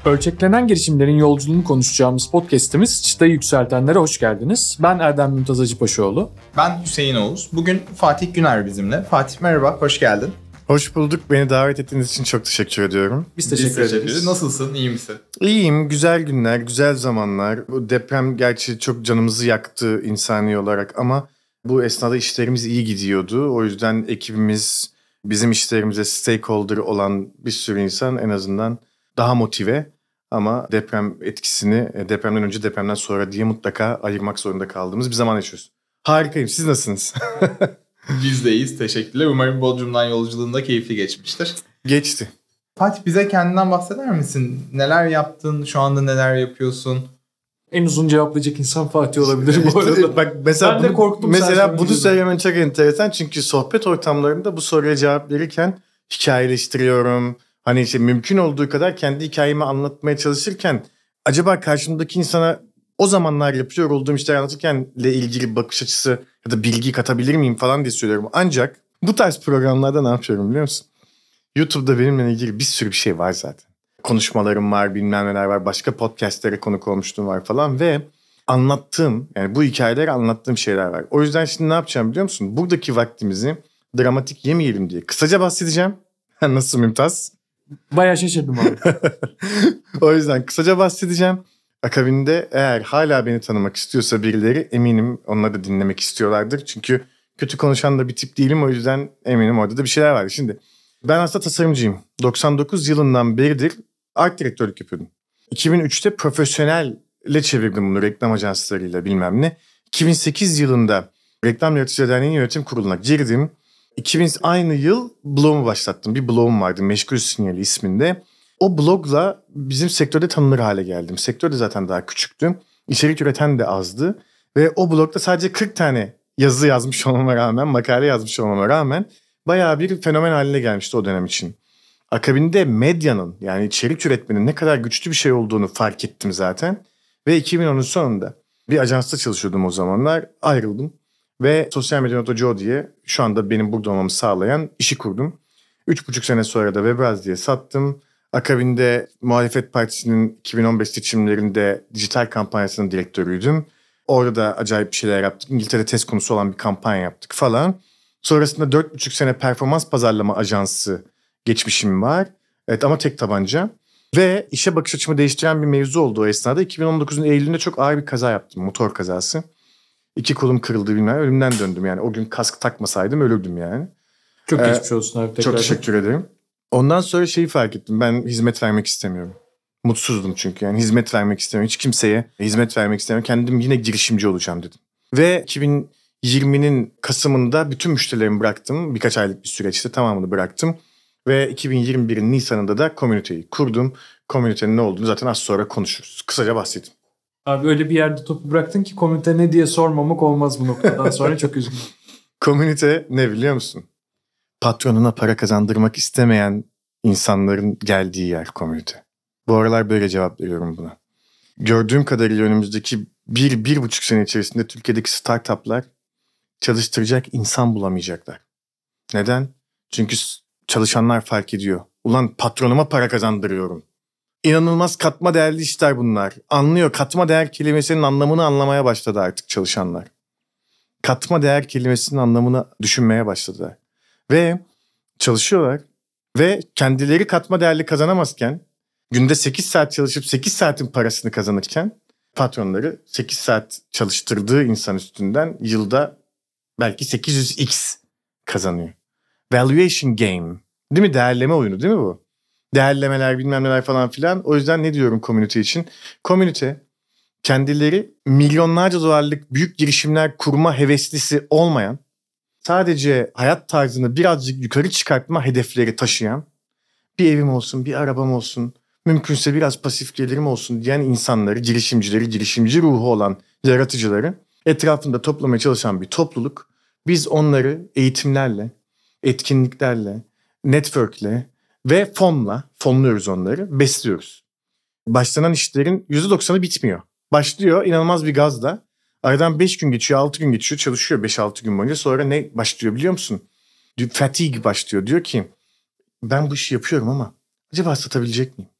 Ölçeklenen girişimlerin yolculuğunu konuşacağımız podcast'imiz Çıtayı Yükseltenlere hoş geldiniz. Ben Erdem Mümtaz Hacıpaşaoğlu. Ben Hüseyin Oğuz. Bugün Fatih Güner bizimle. Fatih merhaba, hoş geldin. Hoş bulduk. Beni davet ettiğiniz için çok teşekkür ediyorum. Biz teşekkür ederiz. Nasılsın, iyi misin? İyiyim. Güzel günler, güzel zamanlar. Bu deprem gerçi çok canımızı yaktı insani olarak ama bu esnada işlerimiz iyi gidiyordu. O yüzden ekibimiz, bizim işlerimize stakeholder olan bir sürü insan en azından daha motive. Ama deprem etkisini depremden önce depremden sonra diye mutlaka ayırmak zorunda kaldığımız bir zaman yaşıyoruz. Harikayım. Siz nasılsınız? Biz de iyiyiz, teşekkürler. Umarım Bodrum'dan yolculuğunda keyifli geçmiştir. Geçti. Fatih bize kendinden bahseder misin? Neler yaptın, şu anda neler yapıyorsun? En uzun cevaplayacak insan Fatih olabilir bu arada. Bak mesela ben de korktum. Mesela bunu söylemen çok enteresan çünkü sohbet ortamlarında bu soruya cevap verirken hikayeleştiriyorum. Hani işte mümkün olduğu kadar kendi hikayemi anlatmaya çalışırken acaba karşımdaki insana o zamanlar yapıyor olduğum işleri anlatırkenle ilgili bakış açısı ya da bilgi katabilir miyim falan diye söylüyorum. Ancak bu tarz programlarda ne yapıyorum biliyor musun? YouTube'da benimle ilgili bir sürü bir şey var zaten. Konuşmalarım var, bilmem neler var. Başka podcastlere konuk olmuştum var falan ve anlattığım, yani bu hikayeleri anlattığım şeyler var. O yüzden şimdi ne yapacağım biliyor musun? Buradaki vaktimizi dramatik yemeyelim diye kısaca bahsedeceğim. Nasıl Mümtaz? Bayağı şaşırdım abi. O yüzden kısaca bahsedeceğim. Akabinde eğer hala beni tanımak istiyorsa birileri eminim onlar da dinlemek istiyorlardır. Çünkü kötü konuşan da bir tip değilim, o yüzden eminim orada da bir şeyler var. Şimdi ben aslında tasarımcıyım. 99 yılından beridir art direktörlük yapıyordum. 2003'te profesyonelle çevirdim bunu reklam ajanslarıyla bilmem ne. 2008 yılında Reklam Yaratıcıları Derneği'nin yönetim kuruluna girdim. 2000 aynı yıl blog'umu başlattım. Bir blogum vardı Meşgul Sinyali isminde. O blogla bizim sektörde tanınır hale geldim. Sektör de zaten daha küçüktü. İçerik üreten de azdı. Ve o blogda sadece 40 tane yazı yazmış olmama rağmen, makale yazmış olmama rağmen bayağı bir fenomen haline gelmişti o dönem için. Akabinde medyanın yani içerik üretmenin ne kadar güçlü bir şey olduğunu fark ettim zaten. Ve 2010'un sonunda bir ajansta çalışıyordum o zamanlar. Ayrıldım. Ve Sosyal Medya Nota Joe diye şu anda benim burada olmamı sağlayan işi kurdum. 3,5 sene sonra da Webraz diye sattım. Akabinde Muhalefet Partisi'nin 2015 seçimlerinde dijital kampanyasının direktörüydüm. Orada da acayip bir şeyler yaptık. İngiltere test konusu olan bir kampanya yaptık falan. Sonrasında 4,5 sene performans pazarlama ajansı geçmişim var. Evet ama tek tabanca. Ve işe bakış açımı değiştiren bir mevzu oldu o esnada. 2019'un Eylül'ünde çok ağır bir kaza yaptım. Motor kazası. 2 kolum kırıldı bilmem. Ölümden döndüm yani. O gün kask takmasaydım ölürdüm yani. Çok geçmiş olsun abi tekrar. Çok teşekkür ederim. Ondan sonra şeyi fark ettim. Ben hizmet vermek istemiyorum. Mutsuzdum çünkü yani hizmet vermek istemiyorum. Hiç kimseye hizmet vermek istemiyorum. Kendim yine girişimci olacağım dedim. Ve 2020'nin Kasım'ında bütün müşterilerimi bıraktım. Birkaç aylık bir süreçte tamamını bıraktım. Ve 2021'in Nisan'ında da komüniteyi kurdum. Komünitenin ne olduğunu zaten az sonra konuşuruz. Kısaca bahsedeyim. Abi öyle bir yerde topu bıraktın ki komünite ne diye sormamak olmaz bu noktadan sonra, çok üzgünüm. Komünite ne biliyor musun? Patronuna para kazandırmak istemeyen insanların geldiği yer komünite. Bu aralar böyle cevap veriyorum buna. Gördüğüm kadarıyla önümüzdeki 1,5 sene içerisinde Türkiye'deki startuplar çalıştıracak insan bulamayacaklar. Neden? Çünkü çalışanlar fark ediyor. Ulan patronuma para kazandırıyorum. İnanılmaz katma değerli işler bunlar. Anlıyor. Katma değer kelimesinin anlamını anlamaya başladı artık çalışanlar. Katma değer kelimesinin anlamını düşünmeye başladılar. Ve çalışıyorlar. Ve kendileri katma değerli kazanamazken, günde 8 saat çalışıp 8 saatin parasını kazanırken, patronları 8 saat çalıştırdığı insan üstünden yılda belki 800x kazanıyor. Valuation game. Değil mi? Değerleme oyunu değil mi bu? Değerlemeler bilmem neler falan filan. O yüzden ne diyorum komünite için? Komünite kendileri milyonlarca dolarlık büyük girişimler kurma heveslisi olmayan, sadece hayat tarzını birazcık yukarı çıkartma hedefleri taşıyan, bir evim olsun, bir arabam olsun, mümkünse biraz pasif gelirim olsun diyen insanları, girişimcileri, girişimci ruhu olan yaratıcıları etrafında toplamaya çalışan bir topluluk. Biz onları eğitimlerle, etkinliklerle, network'le ve fonluyoruz onları, besliyoruz. Başlanan işlerin %90'ı bitmiyor. Başlıyor inanılmaz bir gazla. Aradan 5 gün geçiyor, 6 gün geçiyor, çalışıyor 5-6 gün boyunca. Sonra ne başlıyor biliyor musun? Fatigue başlıyor. Diyor ki ben bu işi yapıyorum ama acaba satabilecek miyim?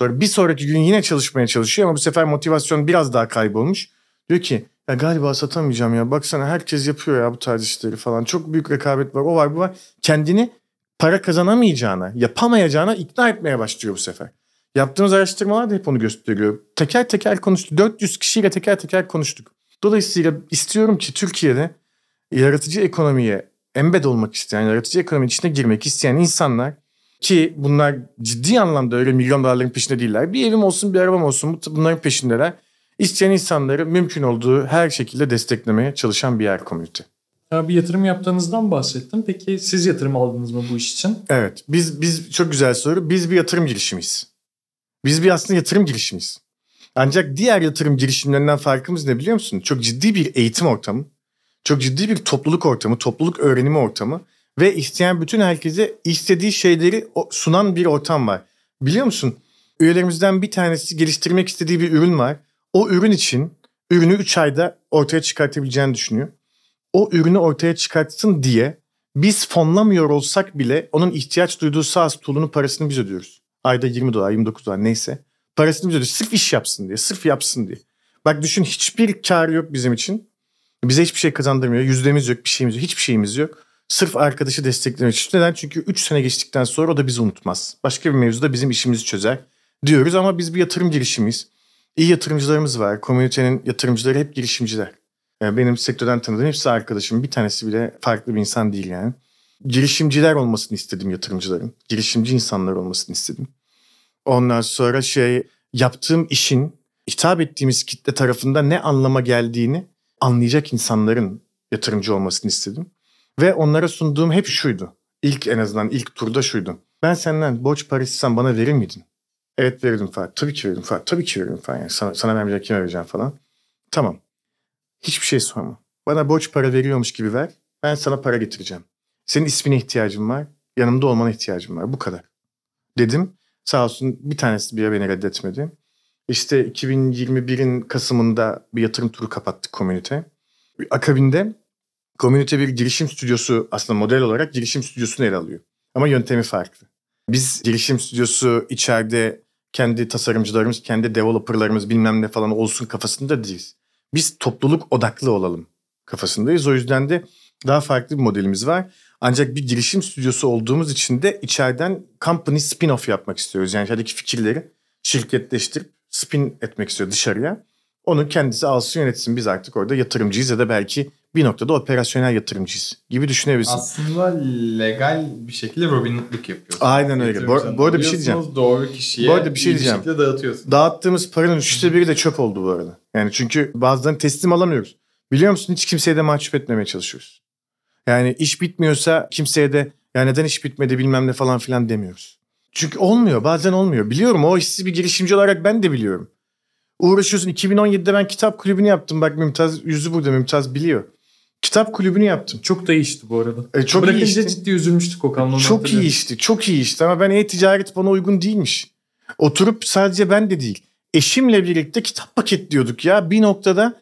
Sonra bir sonraki gün yine çalışmaya çalışıyor ama bu sefer motivasyon biraz daha kaybolmuş. Diyor ki ya galiba satamayacağım ya. Baksana herkes yapıyor ya bu tarz işleri falan. Çok büyük rekabet var, o var bu var. Kendini para kazanamayacağına, yapamayacağına ikna etmeye başlıyor bu sefer. Yaptığımız araştırmalar da hep onu gösteriyor. Teker teker konuştuk. 400 kişiyle teker teker konuştuk. Dolayısıyla istiyorum ki Türkiye'de yaratıcı ekonomiye embed olmak isteyen, yaratıcı ekonominin içine girmek isteyen insanlar, ki bunlar ciddi anlamda öyle milyon dolarların peşinde değiller. Bir evim olsun, bir arabam olsun, bunların peşindeler. İsteyen insanları mümkün olduğu her şekilde desteklemeye çalışan bir yer komünite. Ya bir yatırım yaptığınızdan bahsettim. Peki siz yatırım aldınız mı bu iş için? Evet, biz çok güzel soru. Biz bir yatırım girişimiyiz. Biz aslında yatırım girişimiyiz. Ancak diğer yatırım girişimlerinden farkımız ne biliyor musun? Çok ciddi bir eğitim ortamı, çok ciddi bir topluluk ortamı, topluluk öğrenimi ortamı ve isteyen bütün herkese istediği şeyleri sunan bir ortam var. Biliyor musun? Üyelerimizden bir tanesi geliştirmek istediği bir ürün var. O ürün için ürünü 3 ayda ortaya çıkartabileceğini düşünüyor. O ürünü ortaya çıkartsın diye biz fonlamıyor olsak bile onun ihtiyaç duyduğu SaaS tool'unun parasını biz ödüyoruz. Ayda 20 dolar, 29 dolar neyse. Parasını biz ödüyoruz. Sırf iş yapsın diye, sırf yapsın diye. Bak düşün, hiçbir kârı yok bizim için. Bize hiçbir şey kazandırmıyor. Yüzdemiz yok, bir şeyimiz yok, hiçbir şeyimiz yok. Sırf arkadaşı desteklemek için. Neden? Çünkü 3 sene geçtikten sonra o da bizi unutmaz. Başka bir mevzuda bizim işimizi çözer diyoruz ama biz bir yatırım girişimiyiz. İyi yatırımcılarımız var. Komünitenin yatırımcıları hep girişimciler. Yani benim sektörden tanıdığım hepsi arkadaşım. Bir tanesi bile farklı bir insan değil yani. Girişimciler olmasını istedim yatırımcıların. Girişimci insanlar olmasını istedim. Ondan sonra yaptığım işin hitap ettiğimiz kitle tarafından ne anlama geldiğini anlayacak insanların yatırımcı olmasını istedim. Ve onlara sunduğum hep şuydu. En azından ilk turda şuydu. Ben senden borç para istesem bana verir miydin? Evet verirdim falan. Tabii ki verirdim falan. Tabii ki verirdim falan. Yani sana vermeyeceğim, kime vereceğim falan. Tamam. Hiçbir şey sorma. Bana borç para veriyormuş gibi ver. Ben sana para getireceğim. Senin ismine ihtiyacım var. Yanımda olmana ihtiyacım var. Bu kadar. Dedim. Sağ olsun bir tanesi bile beni reddetmedi. İşte 2021'in Kasım'ında bir yatırım turu kapattık komünite. Akabinde komünite bir girişim stüdyosu, aslında model olarak girişim stüdyosunu ele alıyor. Ama yöntemi farklı. Biz girişim stüdyosu içeride kendi tasarımcılarımız, kendi developerlarımız bilmem ne falan olsun kafasında değiliz. Biz topluluk odaklı olalım kafasındayız. O yüzden de daha farklı bir modelimiz var. Ancak bir girişim stüdyosu olduğumuz için de içeriden company spin-off yapmak istiyoruz. Yani içerideki fikirleri şirketleştirip spin etmek istiyor dışarıya. Onu kendisi alsın yönetsin. Biz artık orada yatırımcıyız ya da belki bir noktada operasyonel yatırımcıyız gibi düşünebilirsin. Aslında legal bir şekilde Robin Hood'luk yapıyorsun. Aynen öyle. Bu arada bir şey diyeceğim. Doğru kişiye bu arada bir şey diyeceğim. şekilde dağıtıyorsun. Dağıttığımız paranın 1/3 de çöp oldu bu arada. Yani çünkü bazılarını teslim alamıyoruz. Biliyor musun, hiç kimseye de mahcup etmemeye çalışıyoruz. Yani iş bitmiyorsa kimseye de ya neden iş bitmedi bilmem ne falan filan demiyoruz. Çünkü olmuyor, bazen olmuyor. Biliyorum, o işsiz bir girişimci olarak ben de biliyorum. Uğraşıyorsun. 2017'de ben kitap kulübünü yaptım. Bak Mümtaz yüzü burada, Mümtaz biliyor. Kitap kulübünü yaptım. Çok da işti bu arada. Çok iyi Bırakınca işti. ciddi üzülmüştük Okan'la. Çok iyi işti. Çok iyi işti ama ben e-ticaret bana uygun değilmiş. Oturup sadece ben de değil, eşimle birlikte kitap paketliyorduk ya. Bir noktada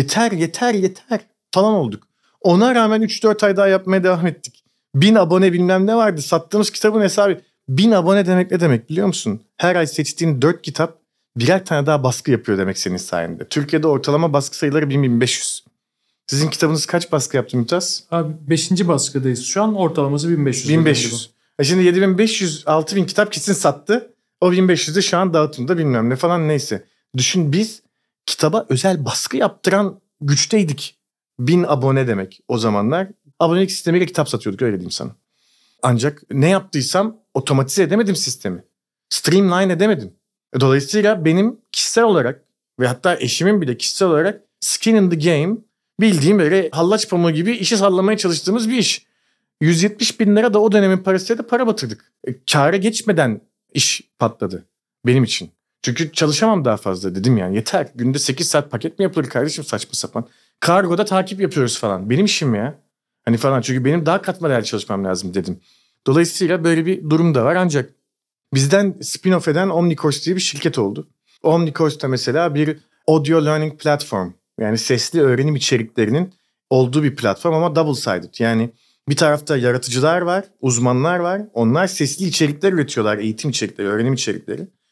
yeter falan olduk. Ona rağmen 3-4 ay daha yapmaya devam ettik. 1000 abone bilmem ne vardı. Sattığımız kitabın hesabı. 1000 abone demek ne demek biliyor musun? Her ay seçtiğin 4 kitap birer tane daha baskı yapıyor demek senin sayende. Türkiye'de ortalama baskı sayıları 1000-1500. Sizin kitabınız kaç baskı yaptı Mümtaz? Abi 5. baskıdayız şu an. Ortalaması 1500. 1500. Şimdi 7500-6000 kitap kesin sattı. O 1500'ü şu an dağıtımda bilmem ne falan neyse. Düşün, biz kitaba özel baskı yaptıran güçteydik. 1000 abone demek o zamanlar. Abonelik sistemiyle kitap satıyorduk, öyle diyeyim sana. Ancak ne yaptıysam otomatize edemedim sistemi. Streamline edemedim. Dolayısıyla benim kişisel olarak ve hatta eşimin bile kişisel olarak skin in the game, bildiğim böyle hallaç pamuğu gibi işi sallamaya çalıştığımız bir iş. 170 bin lira da o dönemin parasıyla da para batırdık. Kâra geçmeden iş patladı benim için. Çünkü çalışamam daha fazla dedim yani. Yeter. Günde 8 saat paket mi yapılır kardeşim, saçma sapan. Kargoda takip yapıyoruz falan. Benim işim ya. Hani falan, çünkü benim daha katma değerli çalışmam lazım dedim. Dolayısıyla böyle bir durum da var, ancak bizden spin-off eden Omnicourse diye bir şirket oldu. Omnicourse da mesela bir audio learning platform. Yani sesli öğrenim içeriklerinin olduğu bir platform ama double-sided. Yani bir tarafta yaratıcılar var, uzmanlar var. Onlar sesli içerikler üretiyorlar, eğitim içerikleri, öğrenim içerikleri.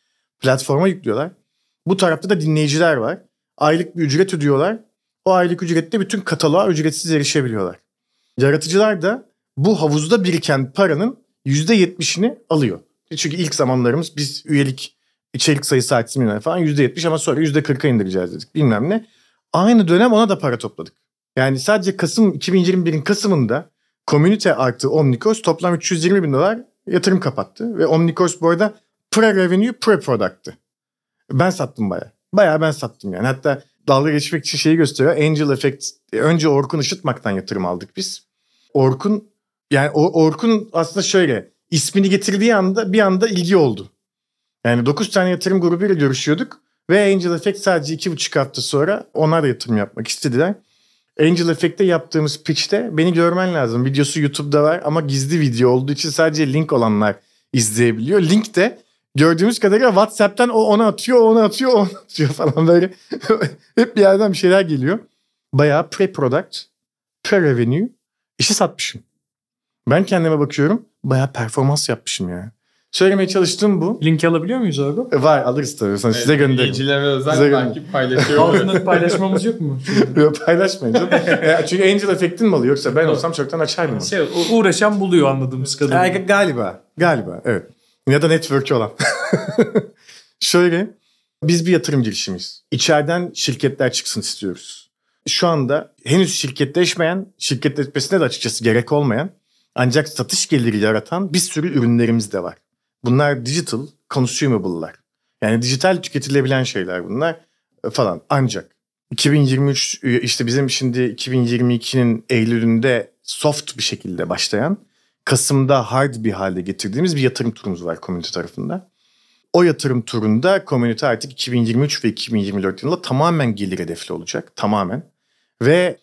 Platforma yüklüyorlar. Bu tarafta da dinleyiciler var. Aylık bir ücret ödüyorlar. O aylık ücrette bütün kataloğa ücretsiz erişebiliyorlar. Yaratıcılar da bu havuzda biriken paranın %70'ini alıyor. Çünkü ilk zamanlarımız biz üyelik içerik sayısı artsın falan %70 ama sonra %40'a indireceğiz dedik bilmem ne. Aynı dönem ona da para topladık. Yani sadece 2021'in Kasım'ında Community artı Omnicourse toplam $320,000 yatırım kapattı. Ve Omnicourse bu arada pre-revenue, pre-product'tı. Ben sattım bayağı. Bayağı ben sattım yani. Hatta dalga geçmek için şeyi gösteriyor. Angel Effect. Önce Orkun Işıtmak'tan yatırım aldık biz. Orkun aslında şöyle. İsmini getirdiği anda bir anda ilgi oldu. Yani 9 tane yatırım grubuyla görüşüyorduk. Ve Angel Effect sadece 2,5 hafta sonra onlar da yatırım yapmak istediler. Angel Effect'te yaptığımız pitch'te beni görmen lazım. Videosu YouTube'da var ama gizli video olduğu için sadece link olanlar izleyebiliyor. Link de gördüğümüz kadarıyla WhatsApp'tan o ona atıyor, o ona atıyor, o ona atıyor falan böyle. Hep bir yerden bir şeyler geliyor. Bayağı pre-product, pre-revenue işi satmışım. Ben kendime bakıyorum. Bayağı performans yapmışım ya. Söylemeye çalıştığım bu. Linki alabiliyor muyuz abi? Var alırız tabii. Sonra size gönderirim. İlgililere özel Size belki paylaşıyorum. Altında paylaşmamız yok mu? Yok paylaşmayın canım. Çünkü Angel Effect'in malı yoksa ben olsam çoktan açardım onu. Uğraşan buluyor anladığımız kadarıyla. Galiba evet. Ya da network'ü olan. Şöyle biz bir yatırım girişimiyiz. İçeriden şirketler çıksın istiyoruz. Şu anda henüz şirketleşmesine de açıkçası gerek olmayan ancak satış geliri yaratan bir sürü ürünlerimiz de var. Bunlar digital, consumable'lar. Yani dijital tüketilebilen şeyler bunlar falan. Ancak 2023 işte bizim şimdi 2022'nin Eylül'ünde soft bir şekilde başlayan, Kasım'da hard bir halde getirdiğimiz bir yatırım turumuz var Community tarafında. O yatırım turunda Community artık 2023 ve 2024 yılında tamamen gelir hedefli olacak. Tamamen. Ve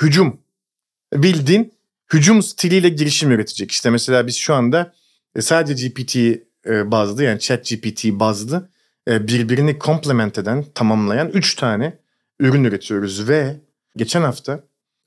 bildiğin hücum stiliyle girişim üretecek. İşte mesela biz şu anda sadece GPT bazlı yani ChatGPT bazlı birbirini complement eden, tamamlayan 3 tane ürün üretiyoruz. Ve geçen hafta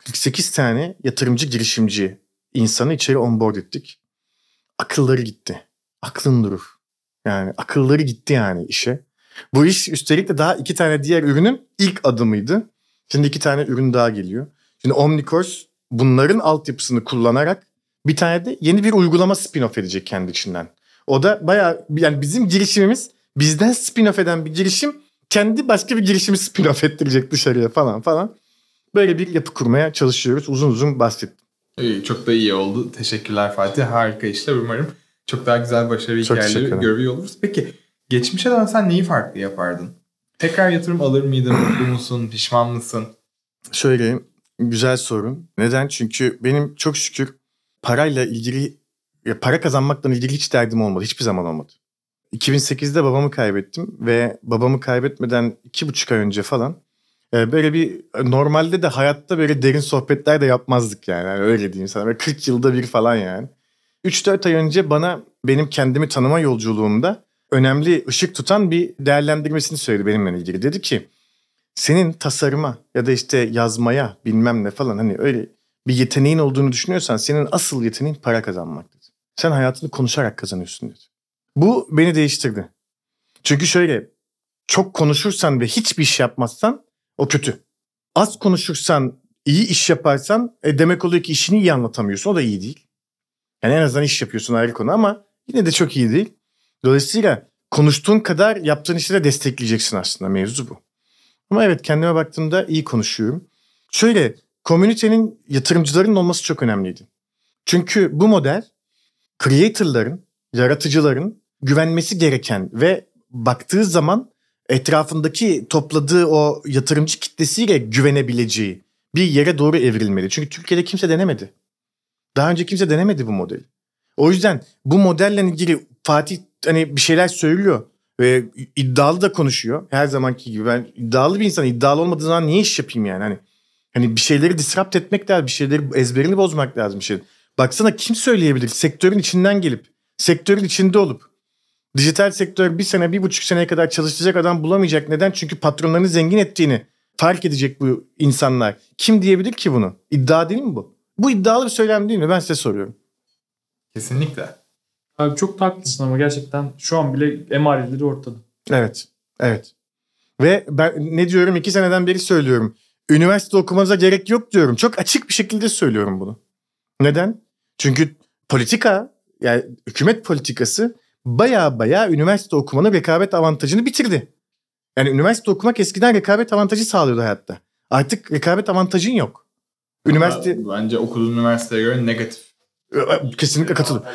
48 tane yatırımcı girişimci insanı içeri onboard ettik. Akılları gitti. Aklın durur. Yani akılları gitti yani işe. Bu iş üstelik de daha 2 tane diğer ürünün ilk adımıydı. Şimdi 2 tane ürün daha geliyor. Şimdi Omnicourse bunların altyapısını kullanarak bir tane de yeni bir uygulama spin-off edecek kendi içinden. O da bayağı yani bizim girişimimiz bizden spin-off eden bir girişim kendi başka bir girişimi spin-off ettirecek dışarıya falan. Böyle bir yapı kurmaya çalışıyoruz. Uzun uzun bahsettim. Çok da iyi oldu. Teşekkürler Fatih. Harika işler. Umarım çok daha güzel başarı hikayeleri görüyor oluruz. Peki geçmişe dönsen neyi farklı yapardın? Tekrar yatırım alır mıydın? Mutlu musun? Pişman mısın? Şöyle güzel soru. Neden? Çünkü benim çok şükür parayla ilgili, para kazanmakla ilgili hiç derdim olmadı. Hiçbir zaman olmadı. 2008'de babamı kaybettim ve babamı kaybetmeden 2,5 ay önce falan böyle bir normalde de hayatta böyle derin sohbetler de yapmazdık yani öyle diyeyim sana. Böyle 40 yılda bir falan yani. 3-4 ay önce bana benim kendimi tanıma yolculuğumda önemli ışık tutan bir değerlendirmesini söyledi benimle ilgili. Dedi ki senin tasarıma ya da işte yazmaya bilmem ne falan hani öyle bir yeteneğin olduğunu düşünüyorsan senin asıl yeteneğin para kazanmak dedi. Sen hayatını konuşarak kazanıyorsun dedi. Bu beni değiştirdi. Çünkü şöyle çok konuşursan ve hiçbir iş yapmazsan o kötü. Az konuşursan iyi iş yaparsan demek oluyor ki işini iyi anlatamıyorsun, o da iyi değil. Yani en azından iş yapıyorsun ayrı konu ama yine de çok iyi değil. Dolayısıyla konuştuğun kadar yaptığın işi de destekleyeceksin aslında, mevzu bu. Ama evet kendime baktığımda iyi konuşuyorum. Şöyle komünitenin yatırımcıların olması çok önemliydi. Çünkü bu model creator'ların, yaratıcıların güvenmesi gereken ve baktığı zaman etrafındaki topladığı o yatırımcı kitlesiyle güvenebileceği bir yere doğru evrilmeli. Çünkü Türkiye'de kimse denemedi. Daha önce kimse denemedi bu modeli. O yüzden bu modelle ilgili Fatih hani bir şeyler söylüyor ve iddialı da konuşuyor. Her zamanki gibi ben iddialı bir insan, iddialı olmadığı zaman niye iş yapayım yani? Hani bir şeyleri disrupt etmek lazım, bir şeyleri ezberini bozmak lazım bir şey. Baksana kim söyleyebilir sektörün içinden gelip, sektörün içinde olup dijital sektör 1 sene, 1,5 seneye kadar çalışacak adam bulamayacak. Neden? Çünkü patronlarını zengin ettiğini fark edecek bu insanlar. Kim diyebilir ki bunu? İddia değil mi bu? Bu iddialı bir söylem değil mi? Ben size soruyorum. Kesinlikle. Abi çok da haklısın ama gerçekten şu an bile emareleri ortada. Evet. Evet. Ve ben ne diyorum 2 seneden beri söylüyorum. Üniversite okumanıza gerek yok diyorum. Çok açık bir şekilde söylüyorum bunu. Neden? Çünkü politika, yani hükümet politikası baya üniversite okumanın rekabet avantajını bitirdi. Yani üniversite okumak eskiden rekabet avantajı sağlıyordu hayatta. Artık rekabet avantajın yok. Üniversite... Bence okuduğun üniversiteye göre negatif. Kesinlikle katılıyorum.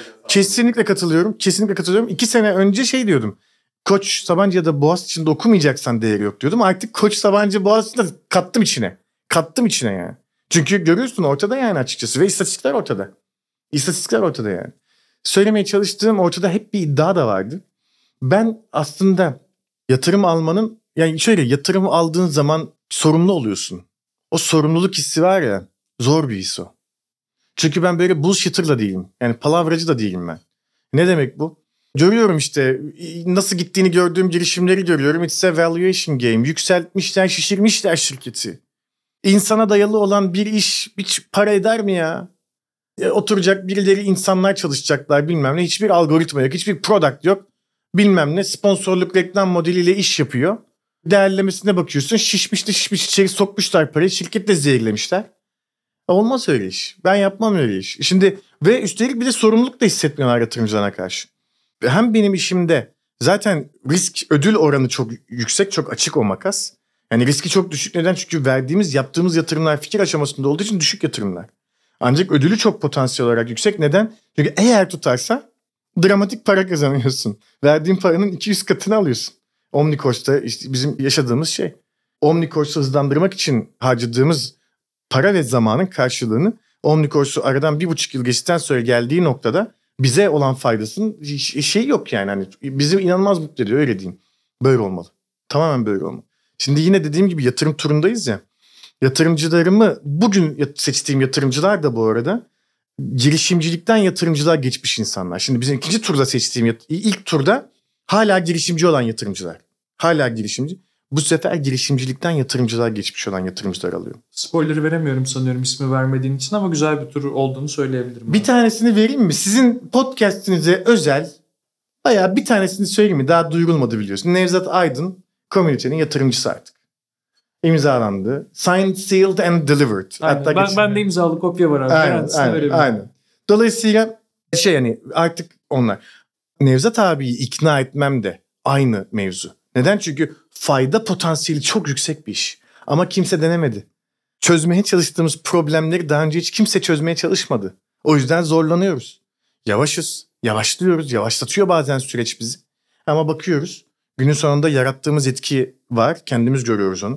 Kesinlikle katılıyorum. 2 sene önce şey diyordum. Koç, Sabancı ya da Boğaziçi'nde okumayacaksan değeri yok diyordum. Artık Koç, Sabancı, Boğaziçi'nde kattım içine. Kattım içine yani. Çünkü görüyorsun ortada yani açıkçası. Ve istatistikler ortada. İstatistikler ortada yani. Söylemeye çalıştığım ortada hep bir iddia da vardı. Ben aslında yatırım almanın, yani şöyle, yatırım aldığın zaman sorumlu oluyorsun. O sorumluluk hissi var ya, zor bir his o. Çünkü ben böyle bullshitter da değilim. Yani palavracı da değilim ben. Ne demek bu? Görüyorum işte nasıl gittiğini gördüğüm girişimleri görüyorum. It's a valuation game. Yükseltmişler, şişirmişler şirketi. İnsana dayalı olan bir iş hiç para eder mi ya? Oturacak birileri, insanlar çalışacaklar bilmem ne. Hiçbir algoritma yok, hiçbir product yok. Bilmem ne, sponsorluk reklam modeliyle iş yapıyor. Değerlemesine bakıyorsun, şişmiş içeri sokmuşlar parayı, şirket de zehirlemişler. Olmaz öyle iş. Ben yapmam öyle iş. Şimdi ve üstelik bir de sorumluluk da hissetmiyorlar yatırımcılarına karşı. Hem benim işimde zaten risk ödül oranı çok yüksek, çok açık o makas. Yani riski çok düşük. Neden? Çünkü yaptığımız yatırımlar fikir aşamasında olduğu için düşük yatırımlar. Ancak ödülü çok potansiyel olarak yüksek. Neden? Çünkü eğer tutarsa dramatik para kazanıyorsun. Verdiğin paranın 200 katını alıyorsun. Omnicourse'da işte bizim yaşadığımız şey. Omnicourse'u hızlandırmak için harcadığımız para ve zamanın karşılığını Omnicourse'u aradan 1,5 yıl geçtikten sonra geldiği noktada bize olan faydasının şey yok yani. Hani bizi inanılmaz mutlu ediyor, öyle diyeyim. Böyle olmalı. Tamamen böyle olmalı. Şimdi yine dediğim gibi yatırım turundayız ya. Yatırımcılarımı bugün seçtiğim yatırımcılar da bu arada girişimcilikten yatırımcılığa geçmiş insanlar. Şimdi bizim ikinci turda seçtiğim ilk turda hala girişimci olan yatırımcılar. Hala girişimci. Bu sefer girişimcilikten yatırımcılığa geçmiş olan yatırımcılar alıyorum. Spoiler veremiyorum sanıyorum ismi vermediğin için ama güzel bir tur olduğunu söyleyebilirim. Bir tanesini vereyim mi? Sizin podcast'inize özel bayağı bir tanesini söyleyeyim mi? Daha duyurulmadı biliyorsun. Nevzat Aydın Community'nin yatırımcısı artık. İmzalandı. Signed, sealed and delivered. Aynen. Hatta ben de imzalı kopya var abi. Aynen. Dolayısıyla yani artık onlar. Nevzat abiyi ikna etmem de aynı mevzu. Neden? Çünkü fayda potansiyeli çok yüksek bir iş. Ama kimse denemedi. Çözmeye çalıştığımız problemleri daha önce hiç kimse çözmeye çalışmadı. O yüzden zorlanıyoruz. Yavaşız. Yavaşlıyoruz. Yavaşlatıyor bazen süreç bizi. Ama bakıyoruz. Günün sonunda yarattığımız etki var. Kendimiz görüyoruz onu.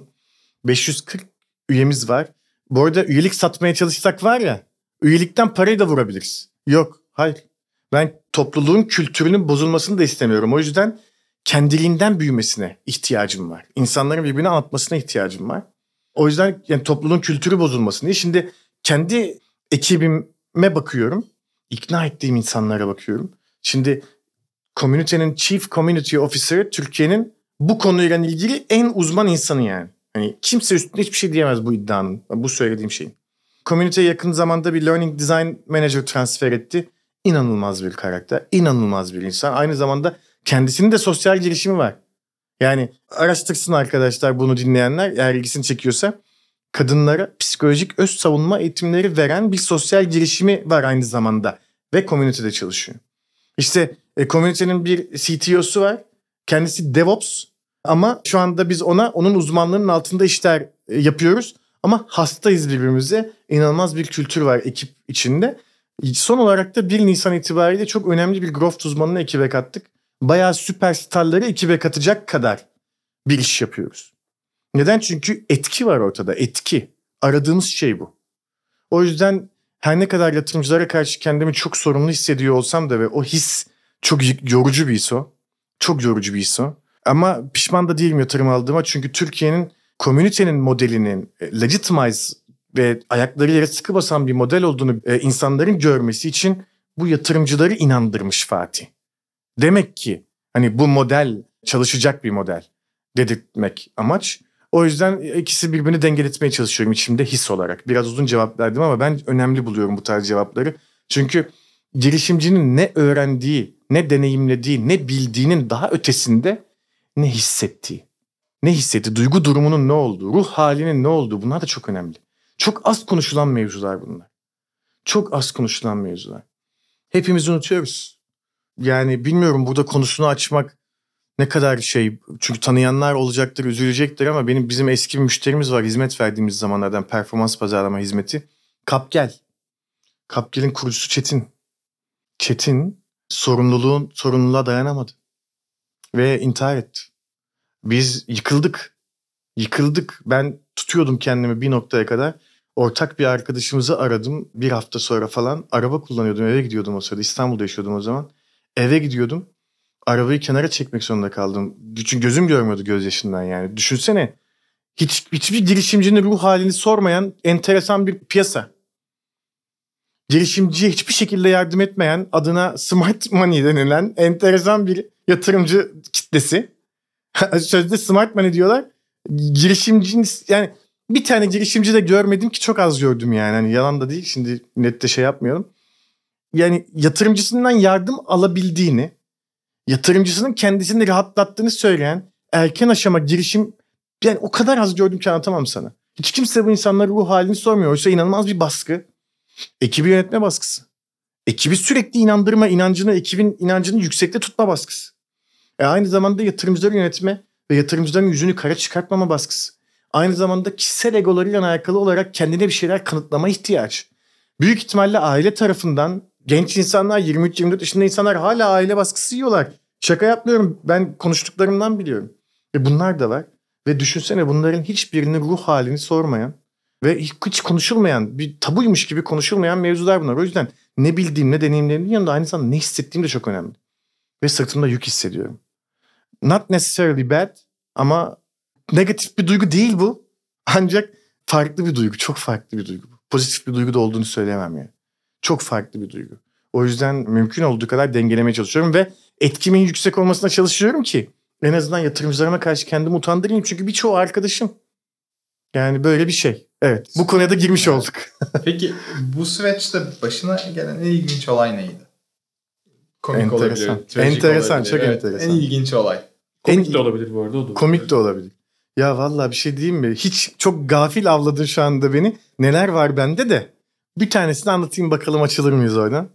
540 üyemiz var. Bu arada üyelik satmaya çalışsak var ya, üyelikten parayı da vurabiliriz. Yok, hayır. Ben topluluğun kültürünün bozulmasını da istemiyorum. O yüzden kendiliğinden büyümesine ihtiyacım var. İnsanların birbirine anlatmasına ihtiyacım var. O yüzden yani topluluğun kültürü bozulmasın diye. Şimdi kendi ekibime bakıyorum. İkna ettiğim insanlara bakıyorum. Şimdi Community'nin Chief Community Officer Türkiye'nin bu konuyla ilgili en uzman insanı yani. Hani kimse üstünde hiçbir şey diyemez bu iddianın, bu söylediğim şeyin. Community'ye yakın zamanda bir Learning Design Manager transfer etti. İnanılmaz bir karakter, inanılmaz bir insan. Aynı zamanda kendisinin de sosyal girişimi var. Yani araştırsın arkadaşlar bunu dinleyenler, eğer ilgisini çekiyorsa. Kadınlara psikolojik öz savunma eğitimleri veren bir sosyal girişimi var aynı zamanda. Ve Community'de çalışıyor. İşte Community'nin bir CTO'su var. Kendisi DevOps. Ama şu anda biz onun uzmanlığının altında işler yapıyoruz. Ama hastayız birbirimize. İnanılmaz bir kültür var ekip içinde. Son olarak da 1 Nisan itibariyle çok önemli bir growth uzmanını ekibe kattık. Bayağı süperstarları ekibe katacak kadar bir iş yapıyoruz. Neden? Çünkü etki var ortada. Etki. Aradığımız şey bu. O yüzden her ne kadar yatırımcılara karşı kendimi çok sorumlu hissediyor olsam da ve o his çok yorucu bir his o. Çok yorucu bir his o. Ama pişman da değilim yatırım aldığıma. Çünkü Türkiye'nin Community'nin modelinin legitimize ve ayakları yere sıkı basan bir model olduğunu insanların görmesi için bu yatırımcıları inandırmış Fatih. Demek ki hani bu model çalışacak bir model dedirtmek amaç. O yüzden ikisi birbirini dengeletmeye çalışıyorum içimde his olarak. Biraz uzun cevap verdim ama ben önemli buluyorum bu tarz cevapları. Çünkü girişimcinin ne öğrendiği, ne deneyimlediği, ne bildiğinin daha ötesinde ne hissettiği. Ne hissetti, duygu durumunun ne olduğu, ruh halinin ne olduğu, bunlar da çok önemli. Çok az konuşulan mevzular bunlar. Çok az konuşulan mevzular. Hepimiz unutuyoruz. Yani bilmiyorum burada konusunu açmak ne kadar şey. Çünkü tanıyanlar olacaktır, üzülecektir ama bizim eski bir müşterimiz var. Hizmet verdiğimiz zamanlardan performans pazarlama hizmeti. Kapgel. Kapgel'in kurucusu Çetin. Çetin sorumluluğa dayanamadı. Ve intihar etti. Biz yıkıldık. Ben tutuyordum kendimi bir noktaya kadar. Ortak bir arkadaşımızı aradım. Bir hafta sonra falan araba kullanıyordum. Eve gidiyordum o sırada. İstanbul'da yaşıyordum o zaman. Eve gidiyordum. Arabayı kenara çekmek zorunda kaldım. Çünkü gözüm görmüyordu gözyaşından yani. Düşünsene. Hiçbir girişimcinin ruh halini sormayan enteresan bir piyasa. Girişimciye hiçbir şekilde yardım etmeyen, adına smart money denilen enteresan bir yatırımcı kitlesi. Sözde smart money diyorlar. Girişimcinin yani bir tane girişimci de görmedim ki, çok az gördüm yani. Hani yalan da değil, şimdi nette şey yapmayalım. Yani yatırımcısından yardım alabildiğini, yatırımcısının kendisini rahatlattığını söyleyen erken aşama girişim, yani o kadar az gördüm ki anlatamam sana. Hiç kimse bu insanların ruh halini sormuyor. Oysa inanılmaz bir baskı. Ekibi yönetme baskısı. Ekibi sürekli inandırma, ekibin inancını yüksekte tutma baskısı. Aynı zamanda yatırımcıları yönetme ve yatırımcıların yüzünü kara çıkartmama baskısı. Aynı zamanda kişisel egolarıyla alakalı olarak kendine bir şeyler kanıtlama ihtiyacı. Büyük ihtimalle aile tarafından genç insanlar, 23-24 yaşında insanlar hala aile baskısı yiyorlar. Şaka yapmıyorum, ben konuştuklarımdan biliyorum. Ve bunlar da var. Ve düşünsene, bunların hiçbirinin ruh halini sormayan ve hiç konuşulmayan, bir tabuymuş gibi konuşulmayan mevzular bunlar. O yüzden ne bildiğim, ne deneyimlerimin yanında aynı zamanda ne hissettiğim de çok önemli. Ve sırtımda yük hissediyorum. Not necessarily bad ama negatif bir duygu değil bu. Ancak farklı bir duygu, çok farklı bir duygu. Pozitif bir duygu da olduğunu söyleyemem yani. Çok farklı bir duygu. O yüzden mümkün olduğu kadar dengelemeye çalışıyorum ve etkimin yüksek olmasına çalışıyorum ki en azından yatırımcılarıma karşı kendimi utandırayım. Çünkü birçoğu arkadaşım. Yani böyle bir şey. Evet, bu konuya da girmiş olduk. Peki bu süreçte başına gelen en ilginç olay neydi? Komik enteresan. olabilir. Trajik Enteresan, olabilir. çok Evet, enteresan. En ilginç olay. Komik de olabilir bu arada. O da komik de olabilir. Ya vallahi bir şey diyeyim mi? Hiç çok gafil avladın şu anda beni. Neler var bende de. Bir tanesini anlatayım bakalım, açılır mıyız oradan?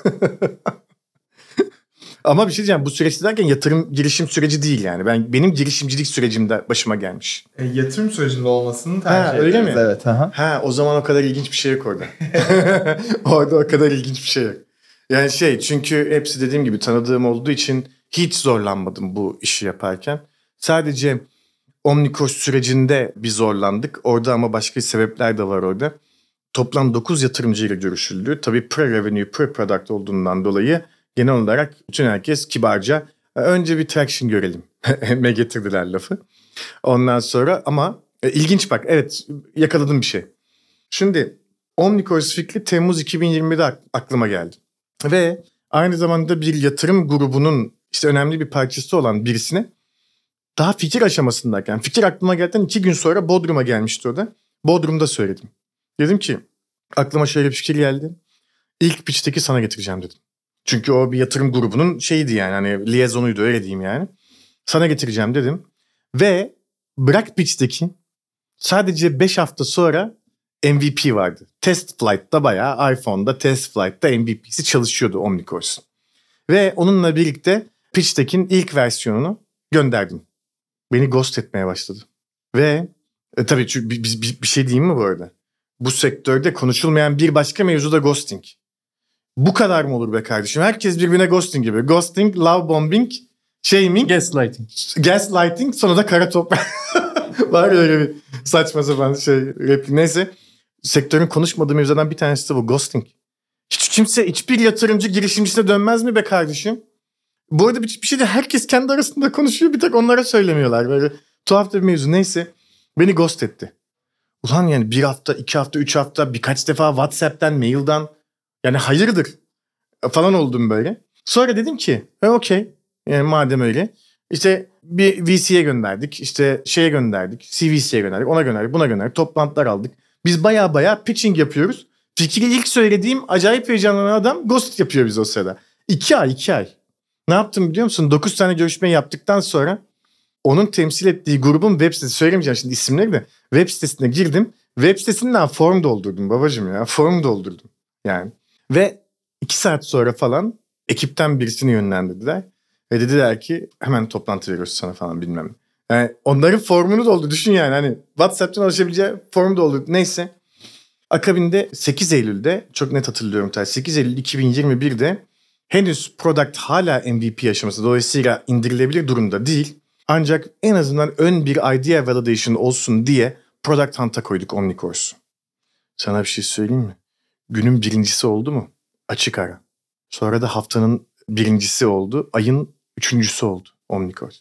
Ama bir şey diyeceğim, bu süreç derken yatırım girişim süreci değil yani. Benim girişimcilik sürecimde başıma gelmiş. Yatırım sürecinde olmasını tercih ederiz. Öyle mi? Evet. O zaman o kadar ilginç bir şey yok orada. Orada o kadar ilginç bir şey yok. Yani çünkü hepsi dediğim gibi tanıdığım olduğu için hiç zorlanmadım bu işi yaparken. Sadece Omnikoş sürecinde bir zorlandık. Orada ama başka sebepler de var orada. Toplam 9 yatırımcıyla görüşüldü. Tabii pre-revenue, pre-product olduğundan dolayı genel olarak bütün herkes kibarca önce bir traction görelim. Me getirdiler lafı. Ondan sonra ama ilginç bak, evet, yakaladım bir şey. Şimdi Omnikoş fikri Temmuz 2020'de aklıma geldi. Ve aynı zamanda bir yatırım grubunun işte önemli bir parçası olan birisine daha fikir aşamasındayken, fikir aklıma geldikten 2 gün sonra Bodrum'a gelmişti o da. Bodrum'da söyledim. Dedim ki aklıma şöyle bir fikir geldi. İlk pitch'teki sana getireceğim dedim. Çünkü o bir yatırım grubunun şeyiydi yani, hani liaisonuydu, öyle diyeyim yani. Sana getireceğim dedim. Ve bırak pitch'teki, sadece 5 hafta sonra MVP vardı. Test flight'ta, bayağı iPhone'da test flight'ta MVP'si çalışıyordu Omnikoş'un. Ve onunla birlikte pitch'tekin ilk versiyonunu gönderdim. Beni ghost etmeye başladı. Ve tabii bir şey diyeyim mi bu arada? Bu sektörde konuşulmayan bir başka mevzu da ghosting. Bu kadar mı olur be kardeşim? Herkes birbirine ghosting gibi. Ghosting, love bombing, shaming, gaslighting, sonra da kara toprak. Var öyle bir saçma sapan replik. Neyse, sektörün konuşmadığı mevzudan bir tanesi de bu, ghosting. Hiç kimse, hiçbir yatırımcı girişimcisine dönmez mi be kardeşim? Bu arada bir şey de herkes kendi arasında konuşuyor, bir tek onlara söylemiyorlar. Böyle tuhaf bir mevzu. Neyse, beni ghost etti. Ulan yani 1 hafta, 2 hafta, 3 hafta birkaç defa WhatsApp'tan, mail'dan, yani hayırdır falan oldum böyle. Sonra dedim ki okey, yani madem öyle, işte bir VC'ye gönderdik, işte şeye gönderdik, CVC'ye gönderdik, ona gönderdik, buna gönderdik, toplantılar aldık. Biz baya pitching yapıyoruz. Fikri ilk söylediğim acayip heyecanlanan adam ghost yapıyor biz o sırada. 2 ay. Ne yaptım biliyor musun? 9 tane görüşmeyi yaptıktan sonra onun temsil ettiği grubun web sitesi, söylemeyeceğim şimdi isimleri de, web sitesine girdim. Web sitesinden form doldurdum babacığım ya. Form doldurdum yani. Ve 2 saat sonra falan ekipten birisini yönlendirdiler. Ve dediler ki hemen toplantı veriyoruz sana falan bilmem ne. Yani onların formunu doldu. Düşün yani hani WhatsApp'tan ulaşabileceği formu doldu. Neyse. Akabinde 8 Eylül'de çok net hatırlıyorum. 8 Eylül 2021'de henüz product hala MVP aşaması. Dolayısıyla indirilebilir durumda değil. Ancak en azından ön bir idea validation olsun diye Product Hunt'a koyduk Omnicourse'u. Sana bir şey söyleyeyim mi? Günün birincisi oldu mu? Açık ara. Sonra da haftanın birincisi oldu. Ayın 3.'sü oldu Omnicourse.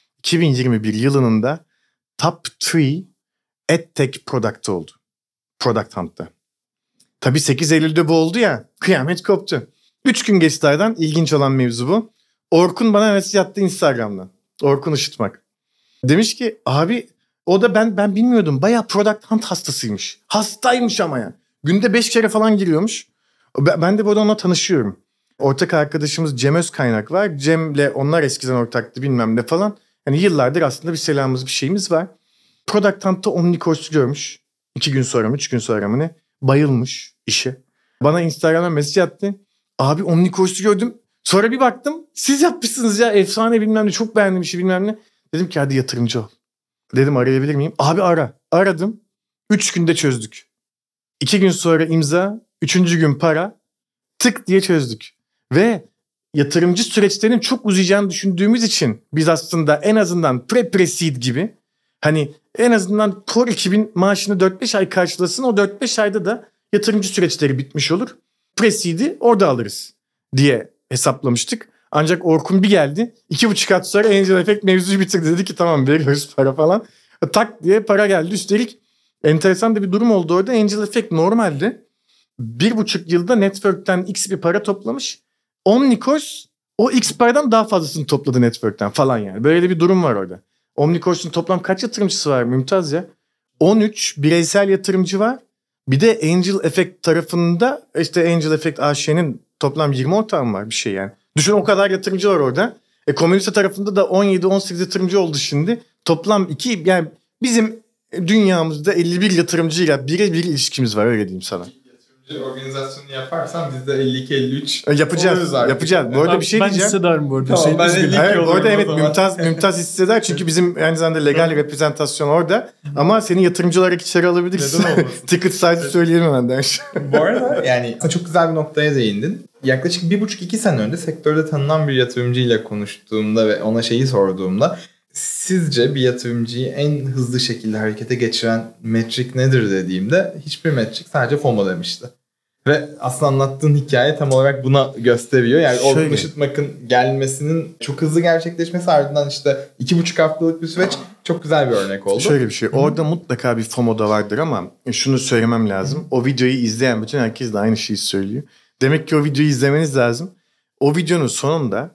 2021 yılının da top 3 EdTech product'ı oldu. Product Hunt'ta. Tabii 8 Eylül'de bu oldu ya. Kıyamet koptu. 3 gün geçti aradan. İlginç olan mevzu bu. Orkun bana mesaj attı Instagram'dan. Orkun Işıtmak. Demiş ki abi o da ben bilmiyordum. Bayağı Product Hunt hastasıymış. Hastaymış ama ya. Günde 5 kere falan giriyormuş. Ben de burada onunla tanışıyorum. Ortak arkadaşımız Cem Özkaynak var. Cem'le onlar eskiden ortaktı bilmem ne falan. Yani yıllardır aslında bir selamımız bir şeyimiz var. Product Hunt'ta Omnicourse'u görmüş. 2 gün sonra mı 3 gün sonra mı ne? Bayılmış işe. Bana Instagram'dan mesaj attı. Abi Omnicourse'u gördüm. Sonra bir baktım. Siz yapmışsınız ya efsane bilmem ne. Çok beğendim işi bilmem ne. Dedim ki hadi yatırımcı ol. Dedim arayabilir miyim? Abi ara. Aradım. 3 günde çözdük. 2 gün sonra imza. 3. gün para. Tık diye çözdük. Ve yatırımcı süreçlerinin çok uzayacağını düşündüğümüz için biz aslında en azından pre-seed gibi hani en azından core ekibin maaşını 4-5 ay karşılasın. O 4-5 ayda da yatırımcı süreçleri bitmiş olur. Pre-seed'i orada alırız diye hesaplamıştık. Ancak Orkun bir geldi. 2,5 kat sonra Angel Effect mevzuyu bitirdi. Dedi ki tamam veriyoruz para falan. Tak diye para geldi. Üstelik enteresan da bir durum oldu orada. Angel Effect normalde 1,5 yılda Network'ten X bir para toplamış. Omnicourse o X paradan daha fazlasını topladı Network'ten falan yani. Böyle bir durum var orada. Omnicourse'un toplam kaç yatırımcısı var Mümtaz ya? 13 bireysel yatırımcı var. Bir de Angel Effect tarafında işte Angel Effect AŞ'nin toplam 20 ortağım var bir şey yani. Düşün o kadar yatırımcı var orada. Komünite tarafında da 17-18 yatırımcı oldu şimdi. Toplam 2 yani bizim dünyamızda 51 yatırımcıyla birebir ilişkimiz var öyle diyeyim sana. Organizasyonu yaparsan biz de 52-53 yapacağız. Bu arada bir şey ben diyeceğim. Hissederim bu arada. Tamam, ben 52 olurum. Bu arada evet Mümtaz hisseder çünkü bizim aynı zamanda legal reprezentasyon orada. Ama seni yatırımcı olarak içeri alabiliriz. Neden olmasın? Ticket size söyleyelim benden. Bu arada yani çok güzel bir noktaya değindin. Yaklaşık 1,5-2 sene önce sektörde tanınan bir yatırımcıyla konuştuğumda ve ona şeyi sorduğumda sizce bir yatırımcıyı en hızlı şekilde harekete geçiren metrik nedir dediğimde hiçbir metrik, sadece FOMO demişti. Ve aslında anlattığın hikaye tam olarak buna gösteriyor. Yani Orkun Işıtmak'ın gelmesinin çok hızlı gerçekleşmesi ardından işte 2,5 haftalık bir süreç çok güzel bir örnek oldu. Şöyle bir şey. Orada mutlaka bir FOMO da vardır ama şunu söylemem lazım. O videoyu izleyen bütün herkes de aynı şeyi söylüyor. Demek ki o videoyu izlemeniz lazım. O videonun sonunda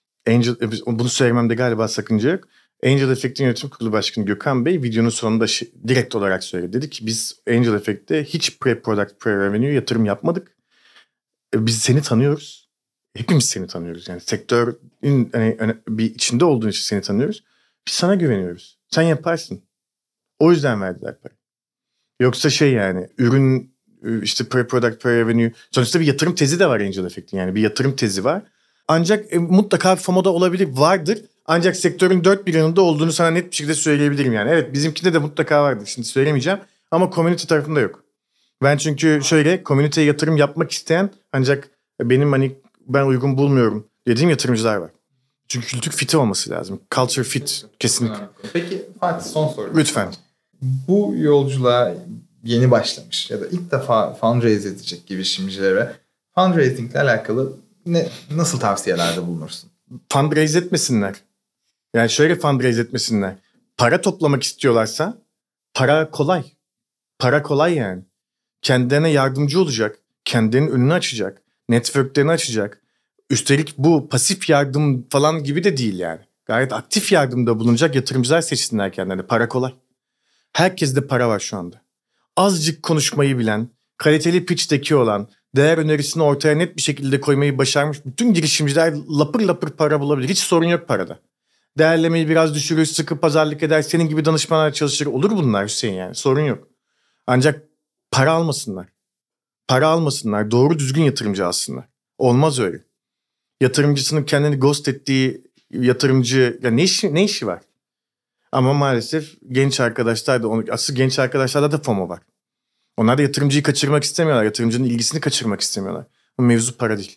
bunu söylememde galiba sakınca yok. Angel Effect'in yönetim kurulu başkanı Gökhan Bey videonun sonunda direkt olarak söyledi. Dedi ki biz Angel Effect'te hiç pre-product, pre-revenue yatırım yapmadık. Biz seni tanıyoruz. Hepimiz seni tanıyoruz. Yani sektörün bir içinde olduğun için seni tanıyoruz. Biz sana güveniyoruz. Sen yaparsın. O yüzden verdiler parayı. Yoksa yani ürün işte pre-product, pre-revenue. Sonuçta bir yatırım tezi de var Angel Effect'in. Yani bir yatırım tezi var. Ancak mutlaka FOMO'da olabilir, vardır. Ancak sektörün 4 bir yanında olduğunu sana net bir şekilde söyleyebilirim yani. Evet bizimkinde de mutlaka vardır. Şimdi söylemeyeceğim ama community tarafında yok. Ben çünkü community'ye yatırım yapmak isteyen ancak benim ben uygun bulmuyorum dediğim yatırımcılar var. Çünkü kültür fiti olması lazım. Culture fit kesinlikle. Peki Fatih son soru. Lütfen. Bu yolculuğa yeni başlamış ya da ilk defa fundraise edecek girişimcilere fundraising ile alakalı nasıl tavsiyelerde bulunursun? Fundraise etmesinler. Yani fundraise etmesinler. Para toplamak istiyorlarsa para kolay. Para kolay yani. Kendilerine yardımcı olacak. Kendilerinin önünü açacak. Networklerini açacak. Üstelik bu pasif yardım falan gibi de değil yani. Gayet aktif yardımda bulunacak yatırımcılar seçsinler kendilerine. Para kolay. Herkeste para var şu anda. Azıcık konuşmayı bilen, kaliteli pitch'teki olan, değer önerisini ortaya net bir şekilde koymayı başarmış bütün girişimciler lapır lapır para bulabilir. Hiç sorun yok parada. Değerlemeyi biraz düşürür, sıkı pazarlık eder, senin gibi danışmanlar çalışır. Olur bunlar Hüseyin yani, sorun yok. Ancak para almasınlar. Para almasınlar, doğru düzgün yatırımcı alsınlar. Olmaz öyle. Yatırımcısının kendini ghost ettiği yatırımcı, ya ne işi var? Ama maalesef genç arkadaşlar da, asıl genç arkadaşlarda da FOMO var. Onlar da yatırımcıyı kaçırmak istemiyorlar. Yatırımcının ilgisini kaçırmak istemiyorlar. Bu mevzu para değil.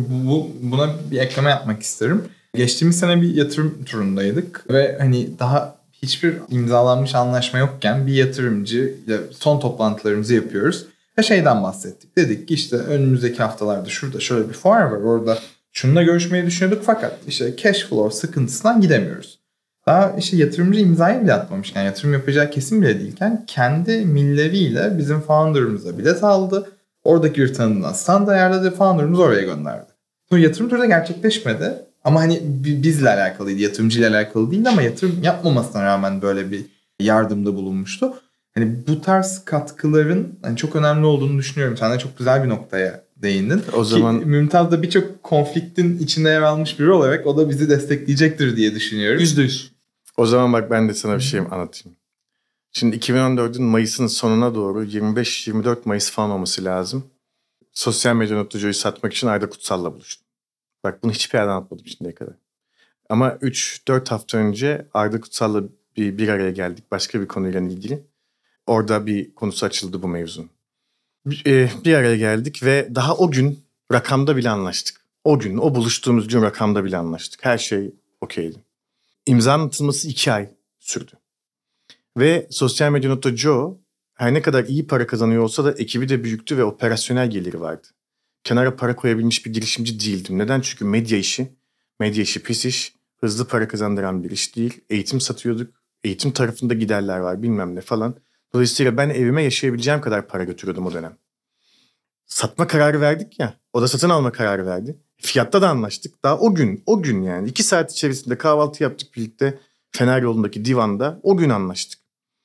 Buna bir ekleme yapmak isterim. Geçtiğimiz sene bir yatırım turundaydık ve hani daha hiçbir imzalanmış anlaşma yokken bir yatırımcı ile son toplantılarımızı yapıyoruz. Ve şeyden bahsettik. Dedik ki işte önümüzdeki haftalarda şurada şöyle bir fuar var. Orada şununla görüşmeyi düşünüyorduk fakat işte cash flow sıkıntısından gidemiyoruz. Daha işte yatırımcı imzayı bile atmamışken, yatırım yapacağı kesim bile değilken kendi milleriyle bizim founder'ımıza bilet aldı. Oradaki bir tanıdığından stand ayarladı, founder'ımızı oraya gönderdi. Sonra yatırım turda gerçekleşmedi. Ama hani bizle alakalıydı, yatırımcıyla alakalı değil ama yatırım yapmamasına rağmen böyle bir yardımda bulunmuştu. Hani bu tarz katkıların hani çok önemli olduğunu düşünüyorum. Sen de çok güzel bir noktaya değindin. O zaman Mümtaz da birçok konfliktin içinde yer almış biri olarak o da bizi destekleyecektir diye düşünüyorum. %100. O zaman bak ben de sana bir şey anlatayım. Şimdi 2014'ün Mayıs'ın sonuna doğru 25-24 Mayıs falan olması lazım. Sosyal medya Nottojo'yu satmak için Arda Kutsal'la buluştum. Bak bunu hiçbir yerden anlatmadım şimdiye kadar. Ama 3-4 hafta önce Arda Kutsal'la bir araya geldik başka bir konuyla ilgili. Orada bir konusu açıldı bu mevzunun. Bir araya geldik ve daha o gün rakamda bile anlaştık. O gün, o buluştuğumuz gün rakamda bile anlaştık. Her şey okeydi. İmzanın atılması 2 ay sürdü. Ve Sosyal Medya Nottojo her ne kadar iyi para kazanıyor olsa da ekibi de büyüktü ve operasyonel geliri vardı. Kenara para koyabilmiş bir girişimci değildim. Neden? Çünkü medya işi pis iş, hızlı para kazandıran bir iş değil. Eğitim satıyorduk, eğitim tarafında giderler var bilmem ne falan. Dolayısıyla ben evime yaşayabileceğim kadar para götürüyordum o dönem. Satma kararı verdik ya, o da satın alma kararı verdi. Fiyatta da anlaştık. Daha o gün yani 2 saat içerisinde kahvaltı yaptık birlikte Fener yolundaki divanda. O gün anlaştık.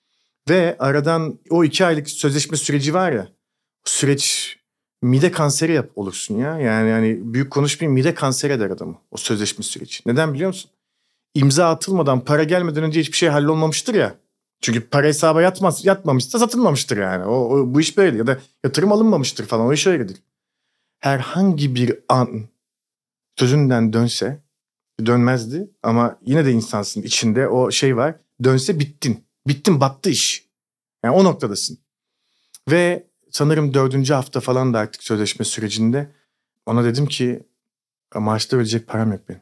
Ve aradan o 2 aylık sözleşme süreci var ya, o süreç mide kanseri olursun ya. Yani büyük konuşmayayım, mide kanseri eder adamı o sözleşme süreci. Neden biliyor musun? İmza atılmadan, para gelmeden önce hiçbir şey hallolmamıştır ya. Çünkü para hesaba yatmamışsa satılmamıştır yani. Bu iş böyle ya da yatırım alınmamıştır falan, o iş öyle değil. Herhangi bir an sözünden dönse, dönmezdi ama yine de insansın, içinde o şey var. Dönse bittin. Bittin, battı iş. Yani o noktadasın. Ve sanırım 4. hafta falan da artık sözleşme sürecinde ona dedim ki maaşta ödeyecek param yok benim.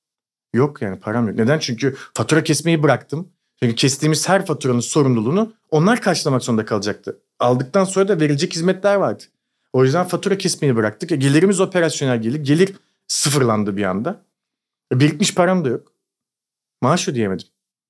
Yok yani param yok. Neden? Çünkü fatura kesmeyi bıraktım. Çünkü kestiğimiz her faturanın sorumluluğunu onlar karşılamak zorunda kalacaktı. Aldıktan sonra da verilecek hizmetler vardı. O yüzden fatura kesmeyi bıraktık. Gelirimiz operasyonel gelir. Gelir sıfırlandı bir anda. Birikmiş param da yok. Maaş ödeyemedim.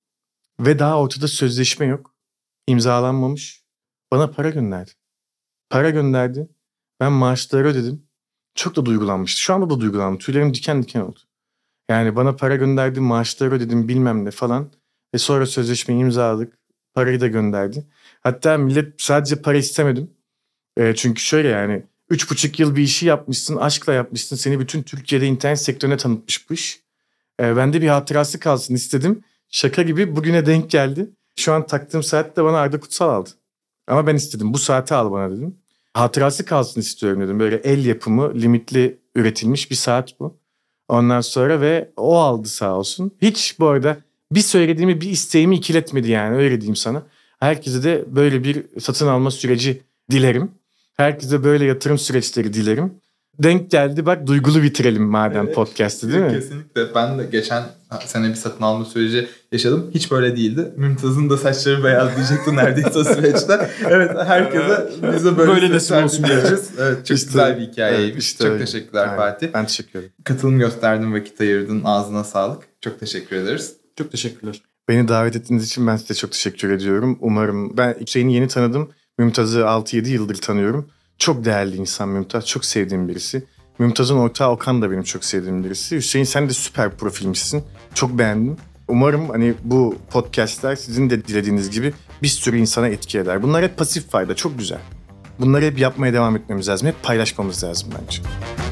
Ve daha ortada sözleşme yok. İmzalanmamış. Bana para gönderdi. Para gönderdi. Ben maaşları ödedim. Çok da duygulanmıştı. Şu anda da duygulandım. Tüylerim diken diken oldu. Yani bana para gönderdi, maaşları ödedim bilmem ne falan. Ve sonra sözleşmeyi imzaladık. Parayı da gönderdi. Hatta millet sadece para istemedim. Çünkü şöyle yani 3,5 yıl bir işi yapmışsın, aşkla yapmışsın. Seni bütün Türkiye'de internet sektörüne tanıtmış bu iş. Bende bir hatırası kalsın istedim. Şaka gibi bugüne denk geldi. Şu an taktığım saat de bana Arda Kutsal aldı. Ama ben istedim. Bu saati al bana dedim. Hatırası kalsın istiyorum dedim. Böyle el yapımı, limitli üretilmiş bir saat bu. Ondan sonra ve o aldı sağ olsun. Hiç bu arada bir söylediğimi, bir isteğimi ikiletmedi yani, öyle diyeyim sana. Herkese de böyle bir satın alma süreci dilerim. Herkese böyle yatırım süreçleri dilerim. Denk geldi bak, duygulu bitirelim madem podcast'ı değil mi? Kesinlikle. Ben de geçen sene bir satın alma süreci yaşadım. Hiç böyle değildi. Mümtaz'ın da saçları beyazlayacaktı neredeyse o süreçte. Evet, herkese bize böyle nasip olsun diyeceğiz. Evet, çok güzel bir hikayeymiş. Evet, işte çok öyle. teşekkürler Aynen. Fatih. Ben teşekkür ederim. Katılım gösterdin, vakit ayırdın. Ağzına sağlık. Çok teşekkür ederiz. Çok teşekkürler. Beni davet ettiğiniz için ben size çok teşekkür ediyorum. Umarım, ben Hüseyin'i yeni tanıdım. Mümtaz'ı 6-7 yıldır tanıyorum. Çok değerli insan Mümtaz. Çok sevdiğim birisi. Mümtaz'ın ortağı Okan da benim çok sevdiğim birisi. Hüseyin, sen de süper profilmişsin. Çok beğendim. Umarım hani bu podcastler sizin de dilediğiniz gibi bir sürü insana etki eder. Bunlar hep pasif fayda. Çok güzel. Bunları hep yapmaya devam etmemiz lazım. Hep paylaşmamız lazım bence.